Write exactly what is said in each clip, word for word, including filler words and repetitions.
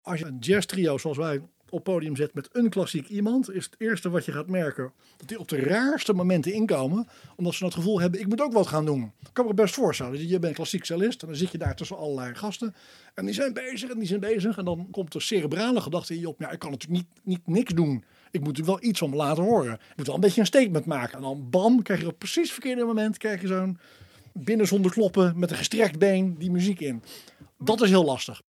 Als je een jazztrio zoals wij op podium zet met een klassiek iemand, is het eerste wat je gaat merken dat die op de raarste momenten inkomen, omdat ze het gevoel hebben, ik moet ook wat gaan doen. Ik kan me best voorstellen, je bent klassiek cellist en dan zit je daar tussen allerlei gasten en die zijn bezig en die zijn bezig en dan komt de cerebrale gedachte in je op, ja, ik kan natuurlijk niet, niet niks doen. Ik moet natuurlijk wel iets van me laten horen. Ik moet wel een beetje een statement maken. En dan bam, krijg je op precies het verkeerde moment, krijg je zo'n binnen zonder kloppen met een gestrekt been die muziek in. Dat is heel lastig.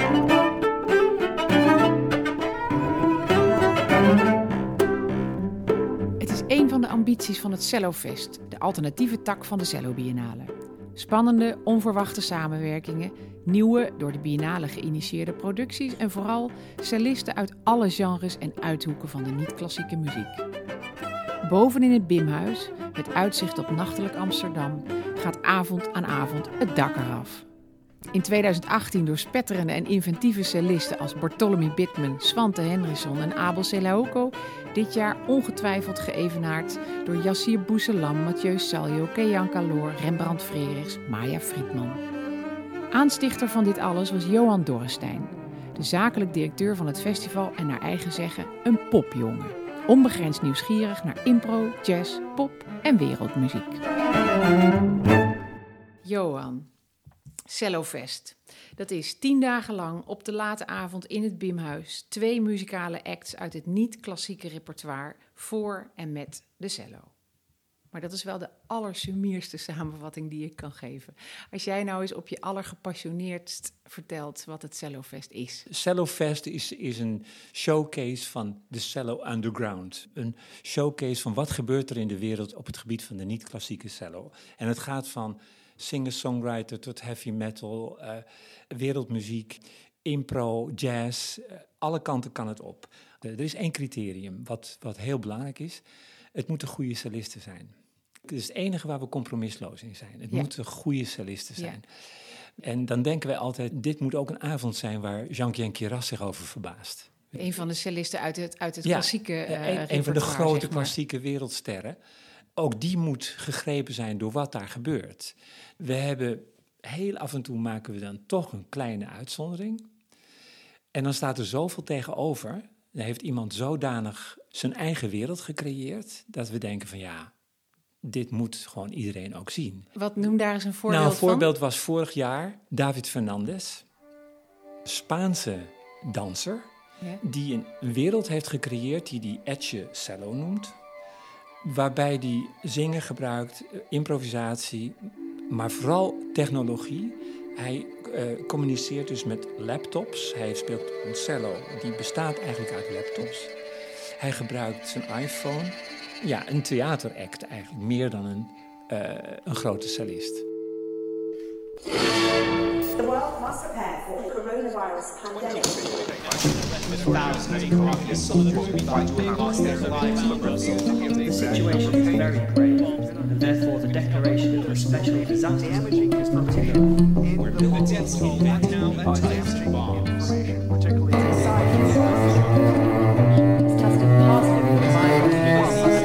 Het is een van de ambities van het Cellofest, de alternatieve tak van de Cello Biennale. Spannende, onverwachte samenwerkingen, nieuwe, door de Biennale geïnitieerde producties en vooral cellisten uit alle genres en uithoeken van de niet-klassieke muziek. Boven in het Bimhuis, met uitzicht op nachtelijk Amsterdam, gaat avond aan avond het dak eraf. In tweeduizend achttien door spetterende en inventieve cellisten als Bartholomew Bidman, Svante Henriksson en Abel Selaoko. Dit jaar ongetwijfeld geëvenaard door Yassir Bousselam, Mathieu Saljo, Kejan Kaloor, Rembrandt Frerichs, Maya Friedman. Aanstichter van dit alles was Johan Dorrestein, de zakelijk directeur van het festival en naar eigen zeggen een popjongen. Onbegrensd nieuwsgierig naar impro, jazz, pop en wereldmuziek. Johan, Cellofest. Dat is tien dagen lang op de late avond in het Bimhuis. Twee muzikale acts uit het niet-klassieke repertoire voor en met de cello. Maar dat is wel de allersumierste samenvatting die ik kan geven. Als jij nou eens op je allergepassioneerdst vertelt wat het Cellofest is. Cellofest is, is een showcase van de cello underground. Een showcase van wat gebeurt er in de wereld op het gebied van de niet-klassieke cello. En het gaat van singer-songwriter tot heavy metal, uh, wereldmuziek, impro, jazz. Uh, alle kanten kan het op. Uh, er is één criterium wat, wat heel belangrijk is. Het moeten goede cellisten zijn. Het is het enige waar we compromisloos in zijn. Het ja. moeten goede cellisten zijn. Ja. En dan denken wij altijd, dit moet ook een avond zijn waar Jean-Pierre Kiras zich over verbaast. Een van de cellisten uit het, uit het ja, klassieke uh, een, een van de grote zeg maar. klassieke wereldsterren. Ook die moet gegrepen zijn door wat daar gebeurt. We hebben, heel af en toe maken we dan toch een kleine uitzondering. En dan staat er zoveel tegenover. Dan heeft iemand zodanig zijn eigen wereld gecreëerd, dat we denken van ja, dit moet gewoon iedereen ook zien. Wat noem daar eens een voorbeeld van? Nou, een voorbeeld van? was vorig jaar David Fernandez, Spaanse danser, ja. die een wereld heeft gecreëerd die die Etche cello noemt. Waarbij die zingen gebruikt, improvisatie, maar vooral technologie. Hij uh, communiceert dus met laptops. Hij speelt een cello, die bestaat eigenlijk uit laptops. Hij gebruikt zijn iPhone. Ja, een theateract eigenlijk, meer dan een, uh, een grote cellist. The world must prepare for the coronavirus pandemic. The situation is very grave, and therefore the declaration of a special disaster is put together. The death toll right now at times bombs. Particularly tested positive for the virus.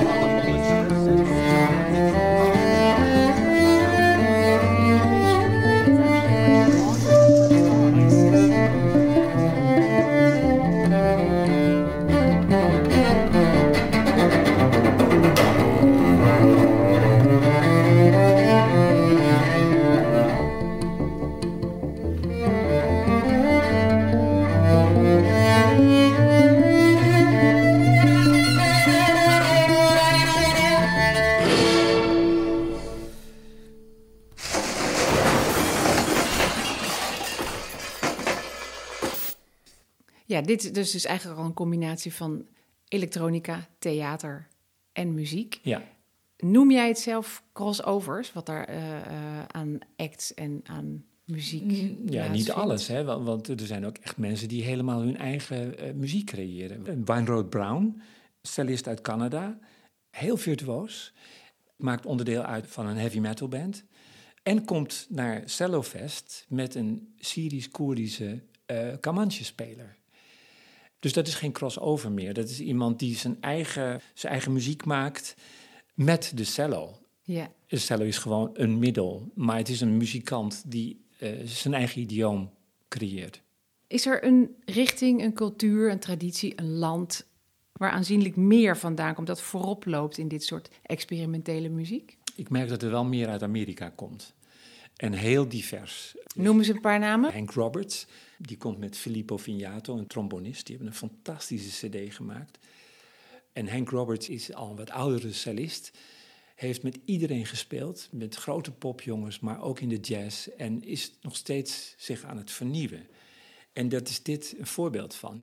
Ja, dit is dus, dus eigenlijk al een combinatie van elektronica, theater en muziek. Ja. Noem jij het zelf crossovers, wat daar uh, uh, aan acts en aan muziek Ja, niet alles, hè, want, want er zijn ook echt mensen die helemaal hun eigen uh, muziek creëren. Wynroad Brown, cellist uit Canada, heel virtuoos, maakt onderdeel uit van een heavy metal band en komt naar Cellofest met een Syrisch-Koerdische uh, Kamanche-speler. Dus dat is geen crossover meer. Dat is iemand die zijn eigen, zijn eigen muziek maakt met de cello. Ja. De cello is gewoon een middel, maar het is een muzikant die uh, zijn eigen idioom creëert. Is er een richting, een cultuur, een traditie, een land waar aanzienlijk meer vandaan komt, dat voorop loopt in dit soort experimentele muziek? Ik merk dat er wel meer uit Amerika komt. En heel divers. Noem eens een paar namen. Hank Roberts, die komt met Filippo Vignato, een trombonist. Die hebben een fantastische cd gemaakt. En Hank Roberts is al een wat oudere cellist. Heeft met iedereen gespeeld, met grote popjongens, maar ook in de jazz. En is nog steeds zich aan het vernieuwen. En dat is dit een voorbeeld van.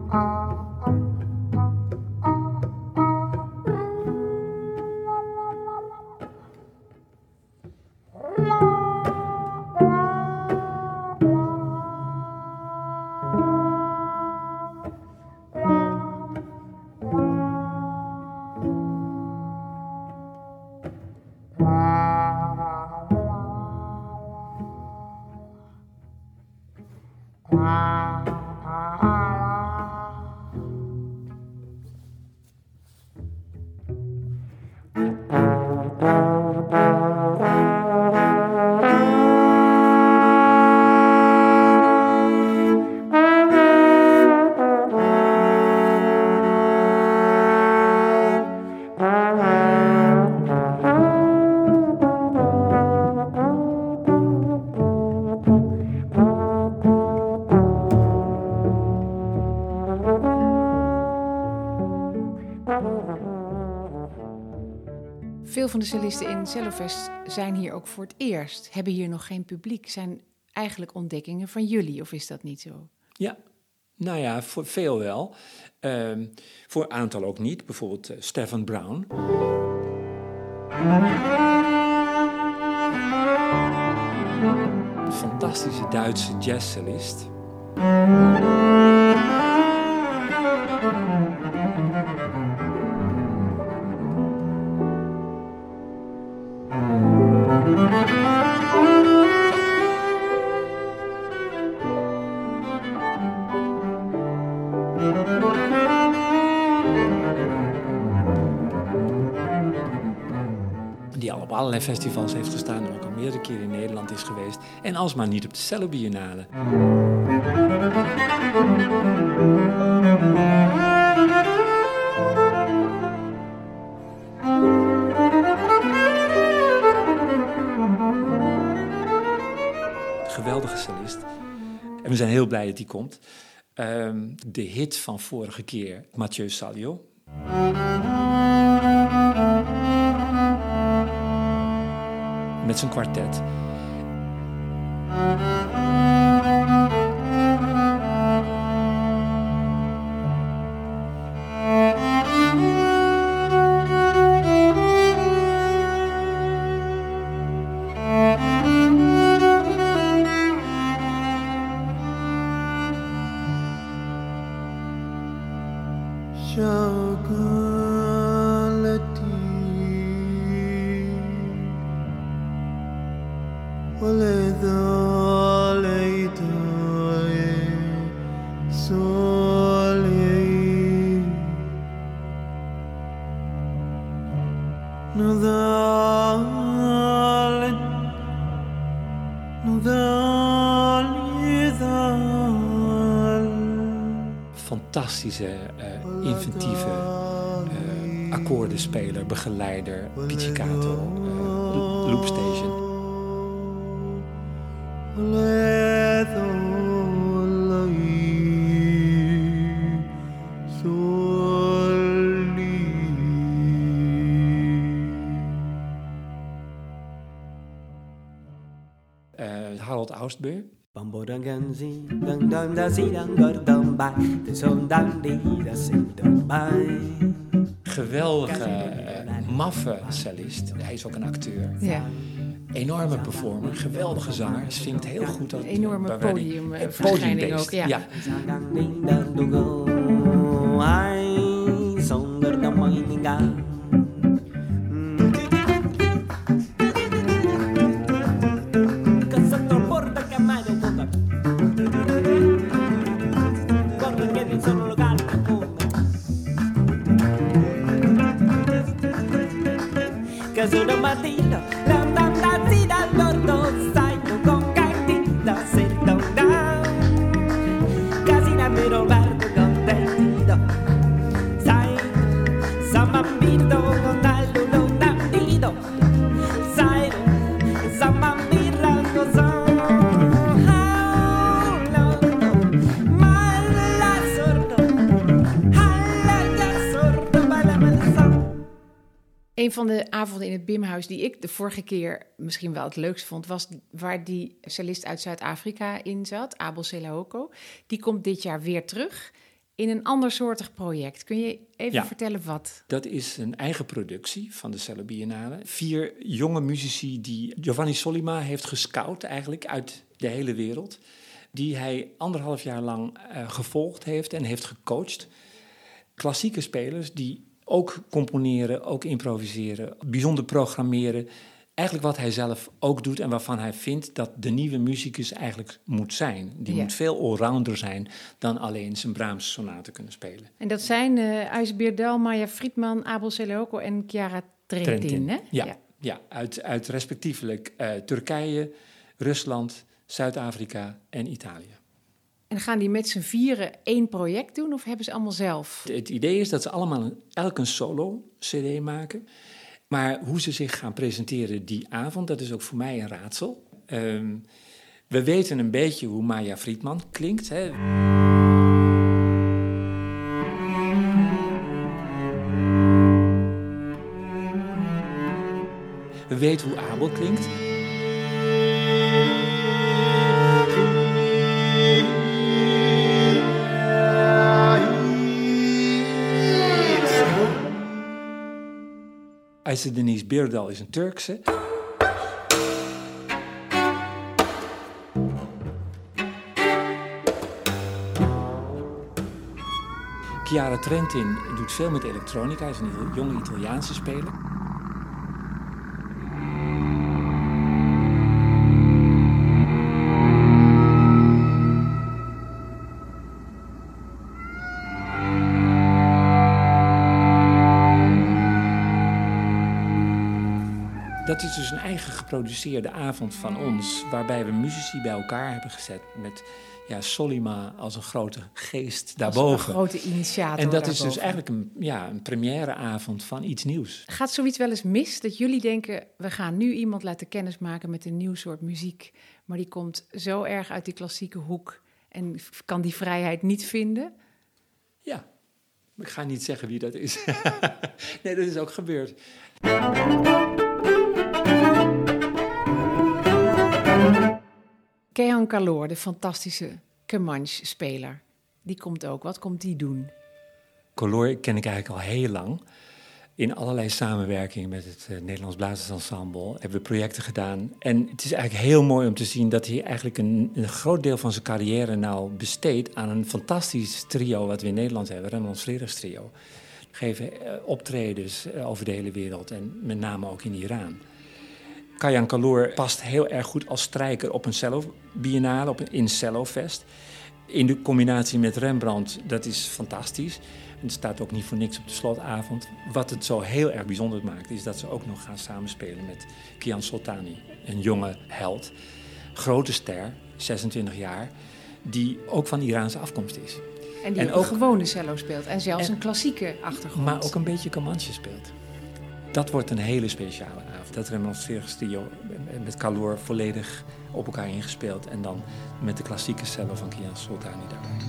Veel van de cellisten in Cellofest zijn hier ook voor het eerst. Hebben hier nog geen publiek. Zijn eigenlijk ontdekkingen van jullie, of is dat niet zo? Ja, nou ja, voor veel wel. Um, voor een aantal ook niet. Bijvoorbeeld uh, Stefan Brown. Een fantastische Duitse jazzcellist. Die al op allerlei festivals heeft gestaan en ook al meerdere keren in Nederland is geweest. En alsmaar niet op de Cello Biennale. Geweldige cellist. En we zijn heel blij dat hij komt. Um, de hit van vorige keer, Mathieu Salio. Met zijn kwartet. Fantastische, uh, inventieve uh, akkoordenspeler, begeleider, pizzicato, uh, loopstation. Uh, Harold Austbeer. Geweldige, uh, maffe cellist. Hij is ook een acteur. Ja. Enorme performer, geweldige zanger. Zingt heel goed. Een enorme podiumverschijning ook. Ja. Ja. Een van de avonden in het Bimhuis die ik de vorige keer misschien wel het leukst vond, was waar die cellist uit Zuid-Afrika in zat, Abel Selahoko. Die komt dit jaar weer terug in een andersoortig project. Kun je even Ja. vertellen wat? Dat is een eigen productie van de Cello Biennale. Vier jonge muzici die Giovanni Sollima heeft gescout eigenlijk uit de hele wereld. Die hij anderhalf jaar lang uh, gevolgd heeft en heeft gecoacht. Klassieke spelers die ook componeren, ook improviseren, bijzonder programmeren. Eigenlijk wat hij zelf ook doet en waarvan hij vindt dat de nieuwe muzikus eigenlijk moet zijn. Die Ja. moet veel allrounder zijn dan alleen zijn Brahms sonaten kunnen spelen. En dat zijn uh, Ais Birdal, Maya Friedman, Abel Selahoko en Chiara Trentin, Trentin, hè? Ja, ja. ja uit, uit respectievelijk uh, Turkije, Rusland, Zuid-Afrika en Italië. En gaan die met z'n vieren één project doen of hebben ze allemaal zelf? Het idee is dat ze allemaal een, elk een solo-cd maken. Maar hoe ze zich gaan presenteren die avond, dat is ook voor mij een raadsel. Um, we weten een beetje hoe Maya Friedman klinkt. Hè. We weten hoe Abel klinkt. Ayse Denise Birdal is een Turkse. Chiara Trentin doet veel met elektronica. Hij is een jonge Italiaanse speler. Dat is dus een eigen geproduceerde avond van ons, waarbij we muzici bij elkaar hebben gezet met ja, Sollima als een grote geest daarboven. Als een grote initiator En dat is daarboven. dus eigenlijk een, ja, een premièreavond van iets nieuws. Gaat zoiets wel eens mis, dat jullie denken, we gaan nu iemand laten kennismaken met een nieuw soort muziek, maar die komt zo erg uit die klassieke hoek en kan die vrijheid niet vinden? Ja, ik ga niet zeggen wie dat is. Nee, dat is ook gebeurd. Kehan Kaloor, de fantastische Kemanche-speler, die komt ook. Wat komt die doen? Kaloor ken ik eigenlijk al heel lang. In allerlei samenwerking met het uh, Nederlands Blazersensemble hebben we projecten gedaan. En het is eigenlijk heel mooi om te zien dat hij eigenlijk een, een groot deel van zijn carrière nou besteedt aan een fantastisch trio wat we in Nederland hebben, Rembrandts Vreders Trio. We geven uh, optredens uh, over de hele wereld en met name ook in Iran. Kehan Kaloor past heel erg goed als strijker op een cello-biennale, op een in Cellofest. In de combinatie met Rembrandt, dat is fantastisch. En het staat ook niet voor niks op de slotavond. Wat het zo heel erg bijzonder maakt, is dat ze ook nog gaan samenspelen met Kian Soltani. Een jonge held, grote ster, zesentwintig jaar, die ook van Iraanse afkomst is. En die En ook ook- een gewone cello speelt en zelfs En- een klassieke achtergrond. Maar ook een beetje Kemanche speelt. Dat wordt een hele speciale avond. Dat Rembrandts Vreders Trio met Kaloor volledig op elkaar ingespeeld. En dan met de klassieke cello van Kian Soltani daarbij.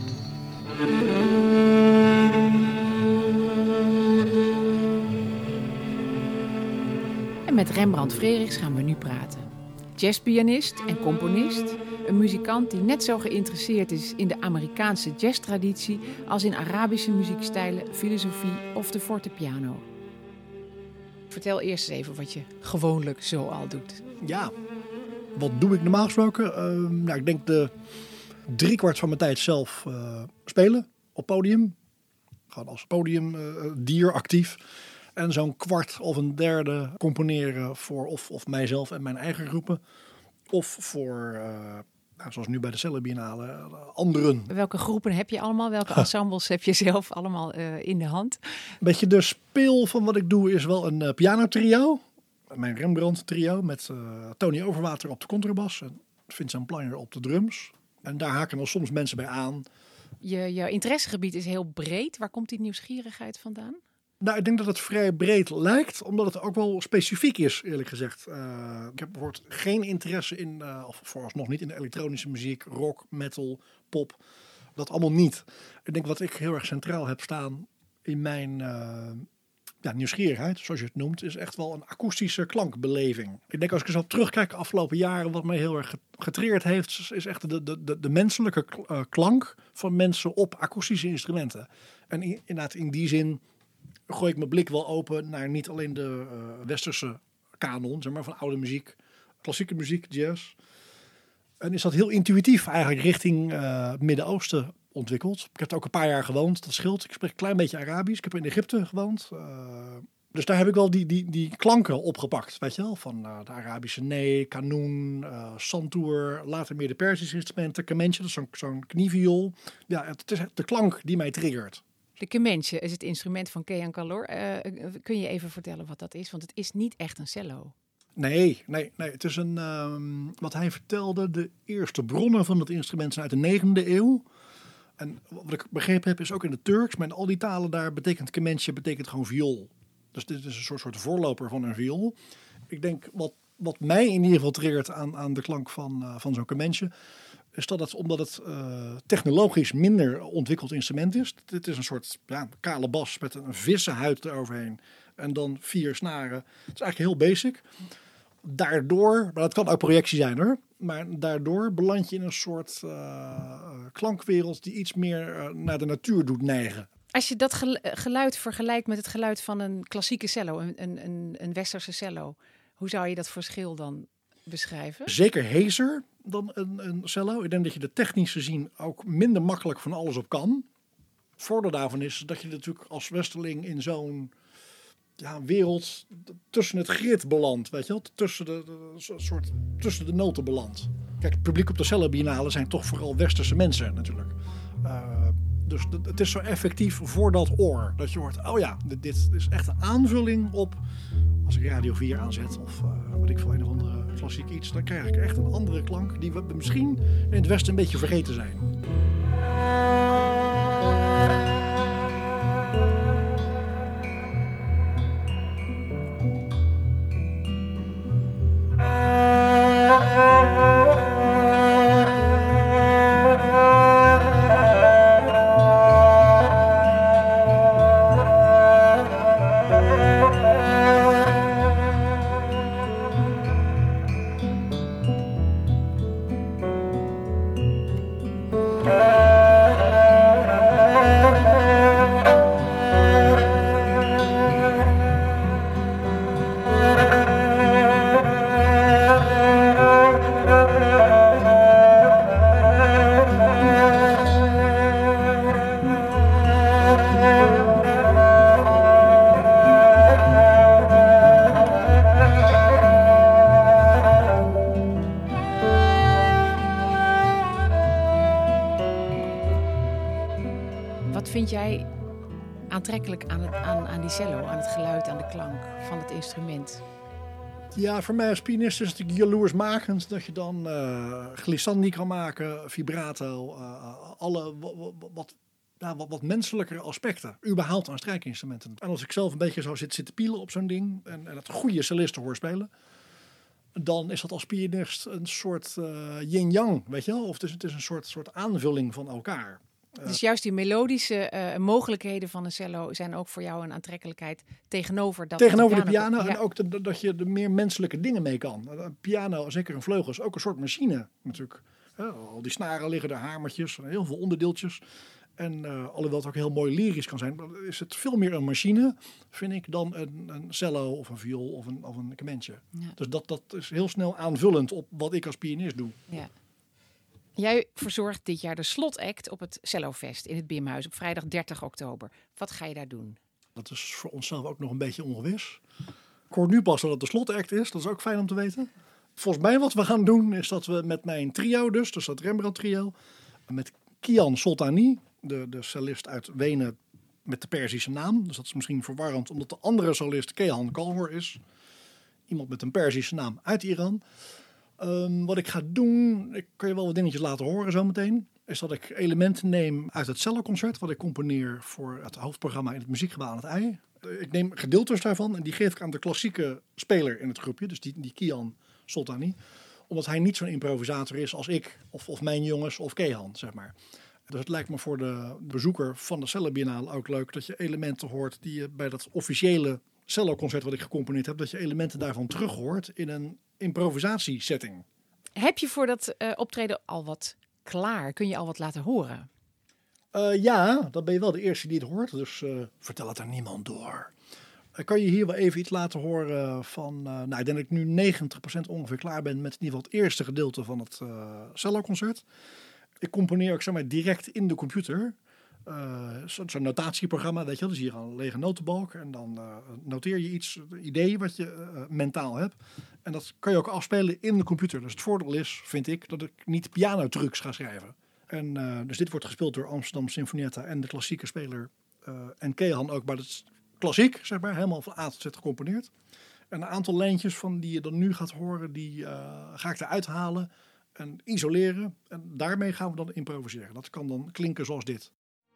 En met Rembrandt Frerichs gaan we nu praten. Jazzpianist en componist. Een muzikant die net zo geïnteresseerd is in de Amerikaanse jazztraditie als in Arabische muziekstijlen, filosofie of de fortepiano. Vertel eerst eens even wat je gewoonlijk zo al doet. Ja, wat doe ik normaal gesproken? Uh, nou, ik denk de driekwart van mijn tijd zelf uh, spelen op podium. Gewoon als podiumdier actief. En zo'n kwart of een derde componeren voor of, of mijzelf en mijn eigen groepen. Of voor, uh, nou, zoals nu bij de Cello Biennale, uh, anderen. Welke groepen heb je allemaal? Welke ensembles heb je zelf allemaal uh, in de hand? Een beetje de speel van wat ik doe is wel een uh, pianotrio. Mijn Rembrandt trio met uh, Tony Overwater op de contrabas en Vincent Planjer op de drums. En daar haken wel soms mensen bij aan. Je, je interessegebied is heel breed. Waar komt die nieuwsgierigheid vandaan? Nou, ik denk dat het vrij breed lijkt, omdat het ook wel specifiek is, eerlijk gezegd. Uh, ik heb bijvoorbeeld geen interesse in, uh, of vooralsnog niet in de elektronische muziek, rock, metal, pop. Dat allemaal niet. Ik denk wat ik heel erg centraal heb staan in mijn, uh, ja, nieuwsgierigheid, zoals je het noemt, is echt wel een akoestische klankbeleving. Ik denk als ik eens op terugkijk de afgelopen jaren, wat mij heel erg getriggerd heeft, is echt de, de, de, de menselijke klank van mensen op akoestische instrumenten. En inderdaad, in die zin gooi ik mijn blik wel open naar niet alleen de uh, westerse kanon, zeg maar, van oude muziek, klassieke muziek, jazz. En is dat heel intuïtief eigenlijk richting uh, Midden-Oosten ontwikkeld. Ik heb er ook een paar jaar gewoond, dat scheelt. Ik spreek een klein beetje Arabisch. Ik heb in Egypte gewoond. Uh, dus daar heb ik wel die, die, die klanken opgepakt, weet je wel. Van uh, de Arabische ney, kanoen, uh, santoor, later meer de Perzische instrumenten, kementje, dat is zo'n, zo'n knieviool. Ja, het is de klank die mij triggert. De kementje is het instrument van Kean Kalor. Uh, kun je even vertellen wat dat is? Want het is niet echt een cello. Nee, nee, nee. Het is een, um, wat hij vertelde, de eerste bronnen van het instrument zijn uit de negende eeuw. En wat ik begrepen heb is ook in het Turks, maar in al die talen daar betekent kementje betekent gewoon viool. Dus dit is een soort, soort voorloper van een viool. Ik denk wat, wat mij in ieder geval triggert aan, aan de klank van, uh, van zo'n kementje, is dat het, omdat het uh, technologisch minder ontwikkeld instrument is. Dit is een soort ja, kale bas met een vissenhuid eroverheen en dan vier snaren. Het is eigenlijk heel basic. Daardoor, maar dat kan ook projectie zijn hoor, maar daardoor beland je in een soort uh, klankwereld die iets meer uh, naar de natuur doet neigen. Als je dat geluid vergelijkt met het geluid van een klassieke cello, een, een, een westerse cello, hoe zou je dat verschil dan beschrijven? Zeker heeser dan een, een cello. Ik denk dat je er technisch gezien ook minder makkelijk van alles op kan. Het voordeel daarvan is dat je natuurlijk als westerling in zo'n ja, wereld tussen het grid belandt, weet je wel, tussen de, de, soort, tussen de noten belandt. Kijk, het publiek op de Cello Biennale zijn toch vooral westerse mensen natuurlijk. Uh, dus het is zo effectief voor dat oor, dat je hoort, oh ja, dit, dit is echt een aanvulling op, als ik Radio vier aanzet of uh, wat ik voor een of andere klassiek iets, dan krijg ik echt een andere klank die we misschien in het Westen een beetje vergeten zijn. Vind jij aantrekkelijk aan, het, aan, aan die cello, aan het geluid, aan de klank van het instrument? Ja, voor mij als pianist is het jaloersmakend dat je dan uh, glissandi kan maken, vibrato, uh, alle wat, wat, ja, wat, wat menselijkere aspecten, überhaupt aan strijkinstrumenten. En als ik zelf een beetje zo zit, zit te pielen op zo'n ding en, en het goede cellisten hoor spelen, dan is dat als pianist een soort uh, yin-yang, weet je wel? Of het is, het is een soort, soort aanvulling van elkaar. Dus juist die melodische uh, mogelijkheden van een cello zijn ook voor jou een aantrekkelijkheid tegenover dat. Tegenover de piano, de piano en ja. ook de, dat je er meer menselijke dingen mee kan. Een piano, zeker een vleugel, is ook een soort machine natuurlijk. Ja, al die snaren liggen er, hamertjes, heel veel onderdeeltjes. En uh, alhoewel het ook heel mooi lyrisch kan zijn, is het veel meer een machine, vind ik, dan een, een cello of een viool of een, of een kementje. Ja. Dus dat, dat is heel snel aanvullend op wat ik als pianist doe. Ja. Jij verzorgt dit jaar de slotact op het Cellofest in het Bimhuis op vrijdag dertig oktober. Wat ga je daar doen? Dat is voor onszelf ook nog een beetje ongewis. Ik hoor nu pas dat het de slotact is. Dat is ook fijn om te weten. Volgens mij wat we gaan doen is dat we met mijn trio dus, dus dat Rembrandt trio, met Kian Soltani, de, de cellist uit Wenen met de Perzische naam. Dus dat is misschien verwarrend omdat de andere solist Kehan Kalhor is. Iemand met een Perzische naam uit Iran. Um, wat ik ga doen, ik kan je wel wat dingetjes laten horen zometeen, is dat ik elementen neem uit het celloconcert wat ik componeer voor het hoofdprogramma in het muziekgebouw aan het IJ. Ik neem gedeeltes daarvan en die geef ik aan de klassieke speler in het groepje, dus die, die Kian Soltani, omdat hij niet zo'n improvisator is als ik of, of mijn jongens of Kehan, zeg maar. Dus het lijkt me voor de bezoeker van de Cello Biennale ook leuk dat je elementen hoort die je bij dat officiële celloconcert wat ik gecomponeerd heb, dat je elementen daarvan terug hoort in een improvisatiesetting. Heb je voor dat uh, optreden al wat klaar? Kun je al wat laten horen? Uh, ja, dan ben je wel de eerste die het hoort, dus uh, vertel het aan niemand door. Uh, kan je hier wel even iets laten horen van, uh, nou ik denk dat ik nu negentig procent ongeveer klaar ben met in ieder geval het eerste gedeelte van het uh, celloconcert. Ik componeer ook zeg maar direct in de computer. Uh, Zo'n zo notatieprogramma, weet je wel. Dus hier een lege notenbalk en dan uh, noteer je iets, een idee wat je uh, mentaal hebt. En dat kan je ook afspelen in de computer. Dus het voordeel is, vind ik, dat ik niet pianotrucs ga schrijven. En uh, dus dit wordt gespeeld door Amsterdam Sinfonietta en de klassieke speler uh, en Kehan ook. Maar dat is klassiek, zeg maar, helemaal van A tot Z gecomponeerd. En een aantal lijntjes van die je dan nu gaat horen, die uh, ga ik eruit halen en isoleren. En daarmee gaan we dan improviseren. Dat kan dan klinken zoals dit.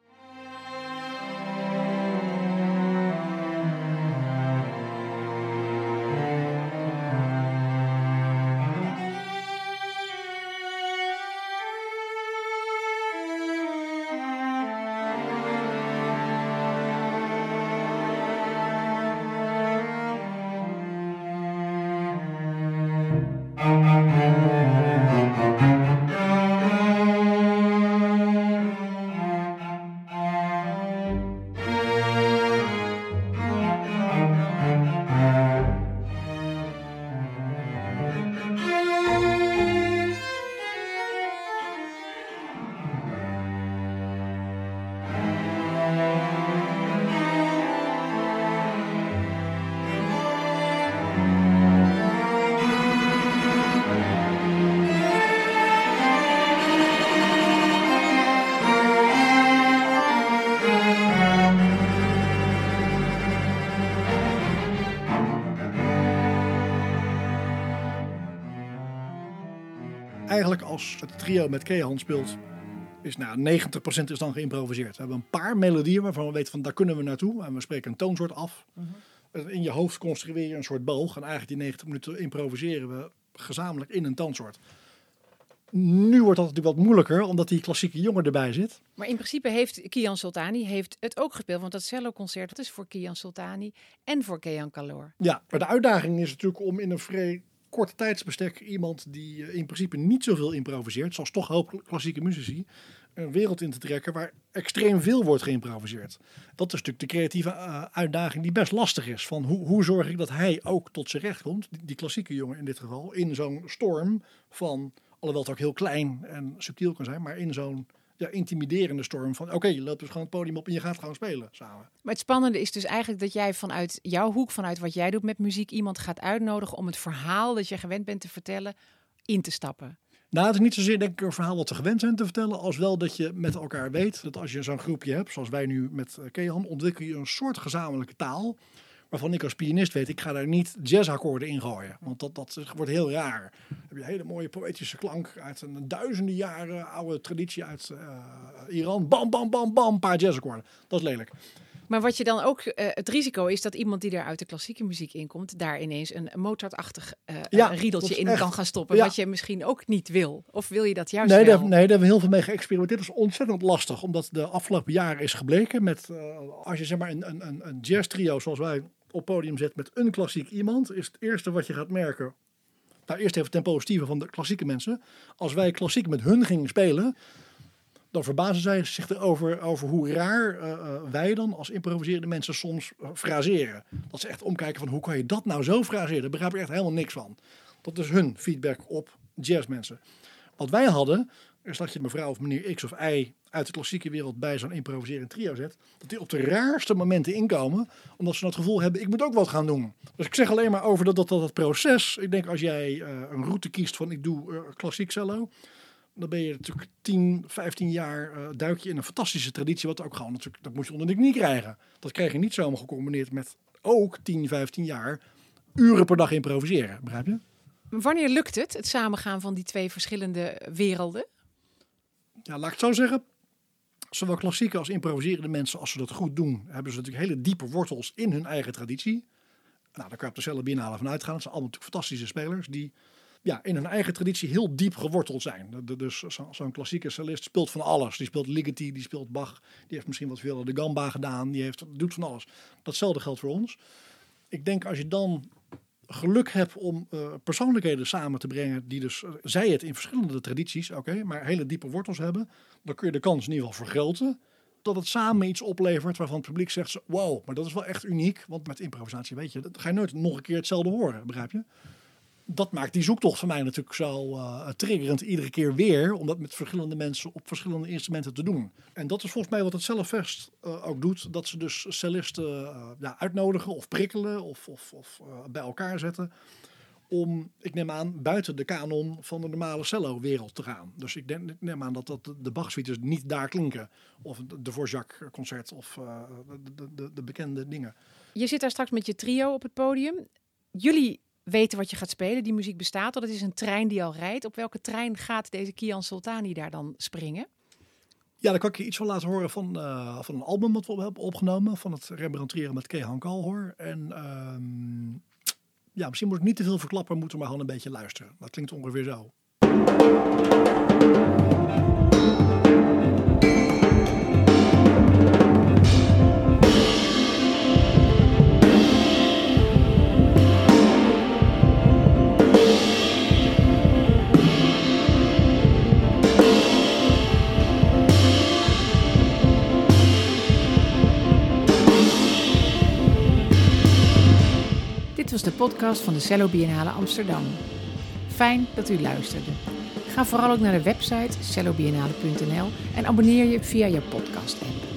Eigenlijk als het trio met Kehan speelt, is nou, negentig procent is dan geïmproviseerd. We hebben een paar melodieën waarvan we weten van daar kunnen we naartoe. En we spreken een toonsoort af. Uh-huh. In je hoofd construeer je een soort boog. En eigenlijk die negentig minuten improviseren we gezamenlijk in een toonsoort. Nu wordt dat natuurlijk wat moeilijker, omdat die klassieke jongen erbij zit. Maar in principe heeft Kian Soltani heeft het ook gespeeld. Want dat celloconcert dat is voor Kian Soltani en voor Kehan Kaloor. Ja, maar de uitdaging is natuurlijk om in een vrij korte tijdsbestek iemand die in principe niet zoveel improviseert, zoals toch een hoop klassieke muzici, een wereld in te trekken waar extreem veel wordt geïmproviseerd. Dat is natuurlijk de creatieve uh, uitdaging die best lastig is. Van hoe, hoe zorg ik dat hij ook tot zijn recht komt, die, die klassieke jongen in dit geval, in zo'n storm van, alhoewel het ook heel klein en subtiel kan zijn, maar in zo'n ja, intimiderende storm van oké, okay, je loopt dus gewoon het podium op en je gaat gewoon spelen samen. Maar het spannende is dus eigenlijk dat jij vanuit jouw hoek, vanuit wat jij doet met muziek, iemand gaat uitnodigen om het verhaal dat je gewend bent te vertellen in te stappen. Nou, het is niet zozeer denk ik een verhaal wat we gewend zijn te vertellen, als wel dat je met elkaar weet dat als je zo'n groepje hebt, zoals wij nu met Kehan, ontwikkel je een soort gezamenlijke taal, waarvan ik als pianist weet, ik ga daar niet jazzakkoorden in gooien. Want dat, dat wordt heel raar. Dan heb je een hele mooie poëtische klank uit een duizenden jaren oude traditie uit uh, Iran. Bam, bam, bam, bam, een paar jazzakkoorden. Dat is lelijk. Maar wat je dan ook, uh, het risico is dat iemand die daar uit de klassieke muziek inkomt, daar ineens een Mozart-achtig uh, ja, riedeltje in echt kan gaan stoppen. Ja. Wat je misschien ook niet wil. Of wil je dat juist nee, wel? Daar, nee, daar hebben we heel veel mee geëxperimenteerd. Dat is ontzettend lastig. Omdat de afgelopen jaren is gebleken met, uh, als je zeg maar een, een, een jazz trio zoals wij op podium zet met een klassiek iemand, is het eerste wat je gaat merken. Nou, eerst even ten positieve van de klassieke mensen. Als wij klassiek met hun gingen spelen, dan verbazen zij zich erover over hoe raar uh, wij dan als improviserende mensen soms uh, fraseren. Dat ze echt omkijken van hoe kan je dat nou zo fraseren? Daar begrijp ik echt helemaal niks van. Dat is hun feedback op jazzmensen. Wat wij hadden, is dat je mevrouw of meneer X of Y uit de klassieke wereld bij zo'n improviserend trio zet, dat die op de raarste momenten inkomen, omdat ze het gevoel hebben, ik moet ook wat gaan doen. Dus ik zeg alleen maar over dat, dat, dat, dat proces. Ik denk als jij uh, een route kiest van ik doe uh, klassiek cello, dan ben je natuurlijk tien, vijftien jaar uh, duik je in een fantastische traditie, wat ook gewoon natuurlijk, dat moet je onder de knie krijgen. Dat krijg je niet zomaar gecombineerd met ook tien, vijftien jaar uren per dag improviseren, begrijp je? Wanneer lukt het, het samengaan van die twee verschillende werelden? Ja, laat ik het zo zeggen. Zowel klassieke als improviserende mensen, als ze dat goed doen, hebben ze natuurlijk hele diepe wortels in hun eigen traditie. Nou, daar kan je op de Cello Biennale van uitgaan. Het zijn allemaal natuurlijk fantastische spelers die ja, in hun eigen traditie heel diep geworteld zijn. De, de, dus zo, zo'n klassieke cellist speelt van alles. Die speelt Ligeti, die speelt Bach, die heeft misschien wat Viola da Gamba gedaan, die heeft, doet van alles. Datzelfde geldt voor ons. Ik denk als je dan geluk hebt om uh, persoonlijkheden samen te brengen, die dus, uh, zij het in verschillende tradities, oké, okay, maar hele diepe wortels hebben, dan kun je de kans in ieder geval vergroten dat het samen iets oplevert waarvan het publiek zegt, wow, maar dat is wel echt uniek, want met improvisatie weet je, dat ga je nooit nog een keer hetzelfde horen, begrijp je? Dat maakt die zoektocht voor mij natuurlijk zo uh, triggerend iedere keer weer, om dat met verschillende mensen op verschillende instrumenten te doen. En dat is volgens mij wat het Cellofest uh, ook doet, dat ze dus cellisten uh, ja, uitnodigen of prikkelen of, of, of uh, bij elkaar zetten om, ik neem aan, buiten de kanon van de normale cello-wereld te gaan. Dus ik, denk, ik neem aan dat, dat de Bach-suites niet daar klinken, of de Dvorak-concert of uh, de, de, de bekende dingen. Je zit daar straks met je trio op het podium. Jullie weten wat je gaat spelen. Die muziek bestaat al. Dat is een trein die al rijdt. Op welke trein gaat deze Kian Soltani daar dan springen? Ja, daar kan ik je iets van laten horen van, uh, van een album dat we hebben opgenomen. Van het Rembrandteren met Kehan Kalhor. En uh, ja, misschien moet ik niet te veel verklappen. Moeten maar gewoon een beetje luisteren. Dat klinkt ongeveer zo. Dit was de podcast van de Cello Biennale Amsterdam. Fijn dat u luisterde. Ga vooral ook naar de website cello biennale punt n l en abonneer je via je podcast-app.